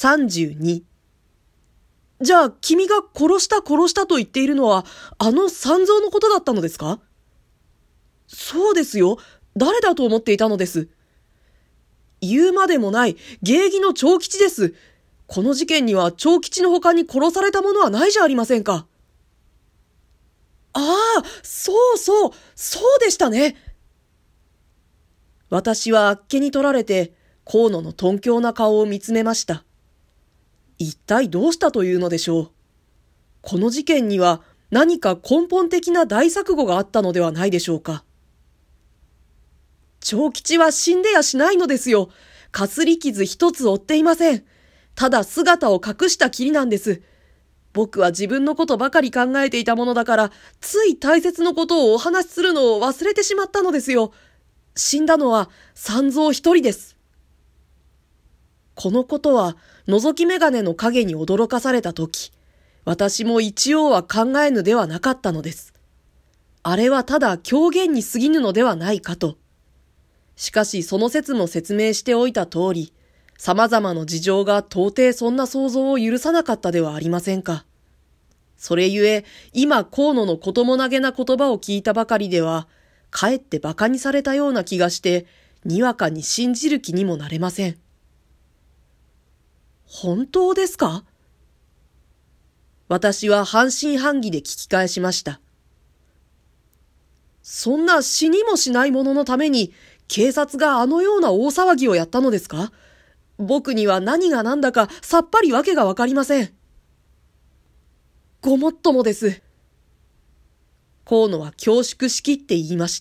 32。じゃあ君が殺したと言っているのはあの三蔵のことだったのですか？そうですよ。誰だと思っていたのです。言うまでもない芸妓の長吉です。この事件には長吉の他に殺された者はないじゃありませんか。ああ、そうでしたね。私はあっけに取られて河野の頓狂な顔を見つめました。一体どうしたというのでしょう。この事件には何か根本的な大錯誤があったのではないでしょうか。長吉は死んでやしないのですよ。かすり傷一つ負っていません。ただ姿を隠したきりなんです。僕は自分のことばかり考えていたものだから、つい大切なことをお話しするのを忘れてしまったのですよ。死んだのは三蔵一人です。このことは覗き眼鏡の影に驚かされたとき、私も一応は考えぬではなかったのです。あれはただ狂言に過ぎぬのではないかと。しかしその説も説明しておいた通り、様々な事情が到底そんな想像を許さなかったではありませんか。それゆえ、今河野の子供投げな言葉を聞いたばかりでは、かえって馬鹿にされたような気がして、にわかに信じる気にもなれません。本当ですか？私は半信半疑で聞き返しました。そんな死にもしない者のために、警察があのような大騒ぎをやったのですか？僕には何が何だかさっぱりわけがわかりません。ごもっともです。河野は恐縮しきって言いました。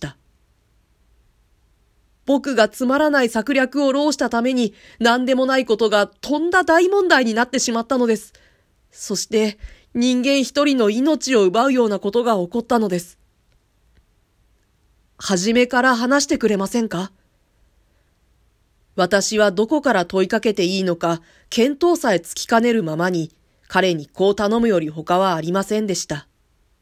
僕がつまらない策略を弄したために何でもないことがとんだ大問題になってしまったのです。そして人間一人の命を奪うようなことが起こったのです。初めから話してくれませんか？私はどこから問いかけていいのか見当さえつきかねるままに彼にこう頼むより他はありませんでした。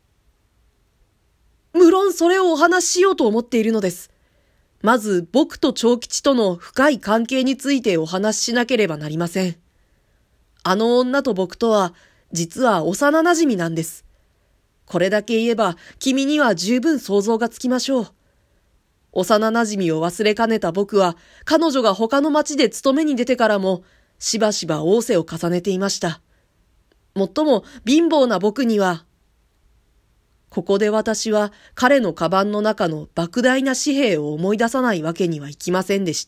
無論それをお話ししようと思っているのです。まず僕と長吉との深い関係についてお話ししなければなりません。あの女と僕とは実は幼馴染なんです。これだけ言えば君には十分想像がつきましょう。幼馴染を忘れかねた僕は彼女が他の町で勤めに出てからもしばしば仰せを重ねていました。もっとも貧乏な僕には、ここで私は彼のカバンの中の莫大な紙幣を思い出さないわけにはいきませんでした。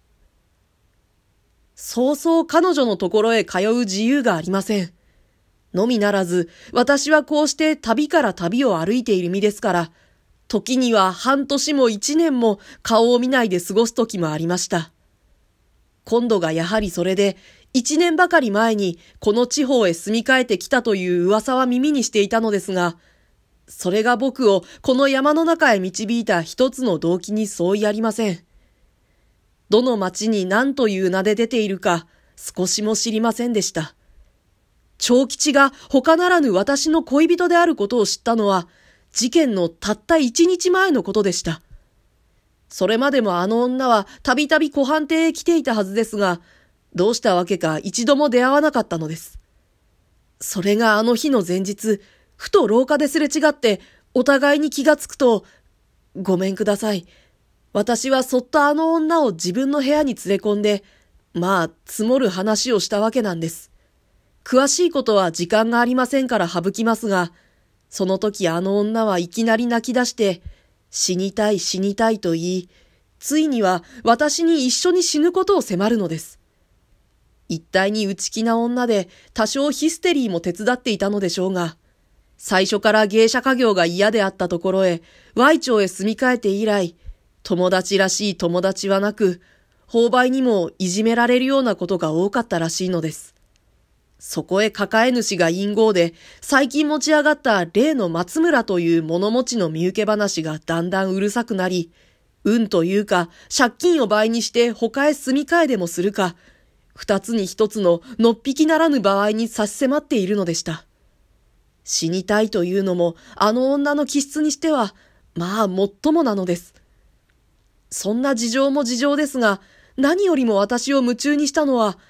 そうそう彼女のところへ通う自由がありません。のみならず、私はこうして旅から旅を歩いている身ですから、時には半年も1年も顔を見ないで過ごす時もありました。今度がやはりそれで、1年ばかり前にこの地方へ住み替えてきたという噂は耳にしていたのですが、それが僕をこの山の中へ導いた一つの動機に相違ありません。どの町に何という名で出ているか少しも知りませんでした。長吉が他ならぬ私の恋人であることを知ったのは事件のたった1日前のことでした。それまでもあの女はたびたび湖畔邸へ来ていたはずですが、どうしたわけか一度も出会わなかったのです。それがあの日の前日、ふと廊下ですれ違ってお互いに気がつくと、ごめんください。私はそっとあの女を自分の部屋に連れ込んで、積もる話をしたわけなんです。詳しいことは時間がありませんから省きますが、その時あの女はいきなり泣き出して、死にたいと言い、ついには私に一緒に死ぬことを迫るのです。一体に内気な女で多少ヒステリーも手伝っていたのでしょうが、最初から芸者家業が嫌であったところへ、Y町へ住み替えて以来、友達らしい友達はなく、購買にもいじめられるようなことが多かったらしいのです。そこへ抱え主が陰謀で、最近持ち上がった例の松村という物持ちの見受け話がだんだんうるさくなり、というか借金を倍にして他へ住み替えでもするか、二つに一つののっぴきならぬ場合に差し迫っているのでした。死にたいというのもあの女の気質にしてはもっともなのです。そんな事情も事情ですが、何よりも私を夢中にしたのは、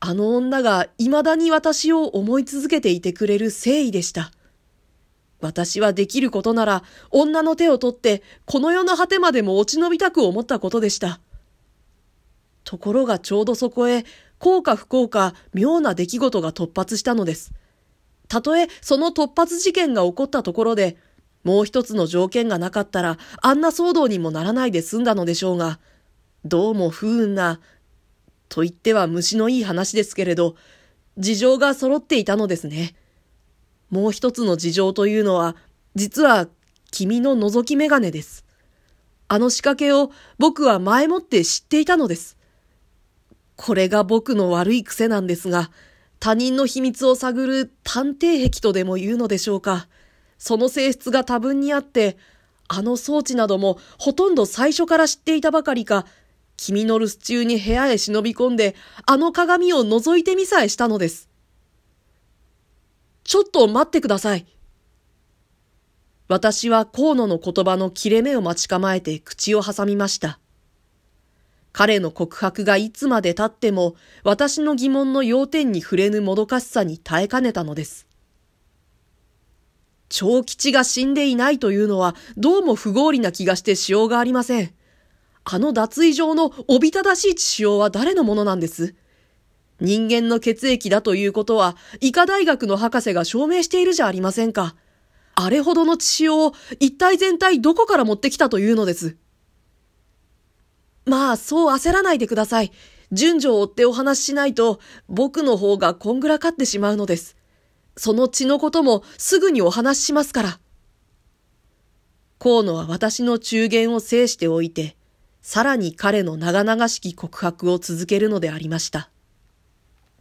あの女が未だに私を思い続けていてくれる誠意でした。私はできることなら女の手を取ってこの世の果てまでも落ち延びたく思ったことでした。ところがちょうどそこへ幸か不幸か妙な出来事が突発したのです。たとえその突発事件が起こったところでもう一つの条件がなかったらあんな騒動にもならないで済んだのでしょうが、どうも不運な、と言っては虫のいい話ですけれど、事情が揃っていたのですね。もう一つの事情というのは、実は君の覗き眼鏡です。あの仕掛けを僕は前もって知っていたのです。これが僕の悪い癖なんですが、他人の秘密を探る探偵癖とでも言うのでしょうか。その性質が多分にあって、あの装置などもほとんど最初から知っていたばかりか、君の留守中に部屋へ忍び込んで、あの鏡を覗いてみさえしたのです。ちょっと待ってください。私は河野の言葉の切れ目を待ち構えて口を挟みました。彼の告白がいつまで経っても私の疑問の要点に触れぬもどかしさに耐えかねたのです。長吉が死んでいないというのはどうも不合理な気がしてしようがありません。あの脱衣場のおびただしい血潮は誰のものなんです？人間の血液だということは医科大学の博士が証明しているじゃありませんか。あれほどの血潮を一体全体どこから持ってきたというのです。まあそう焦らないでください。順序を追ってお話ししないと僕の方がこんぐらかってしまうのです。その血のこともすぐにお話ししますから。河野は私の中言を制しておいて、さらに彼の長々しき告白を続けるのでありました。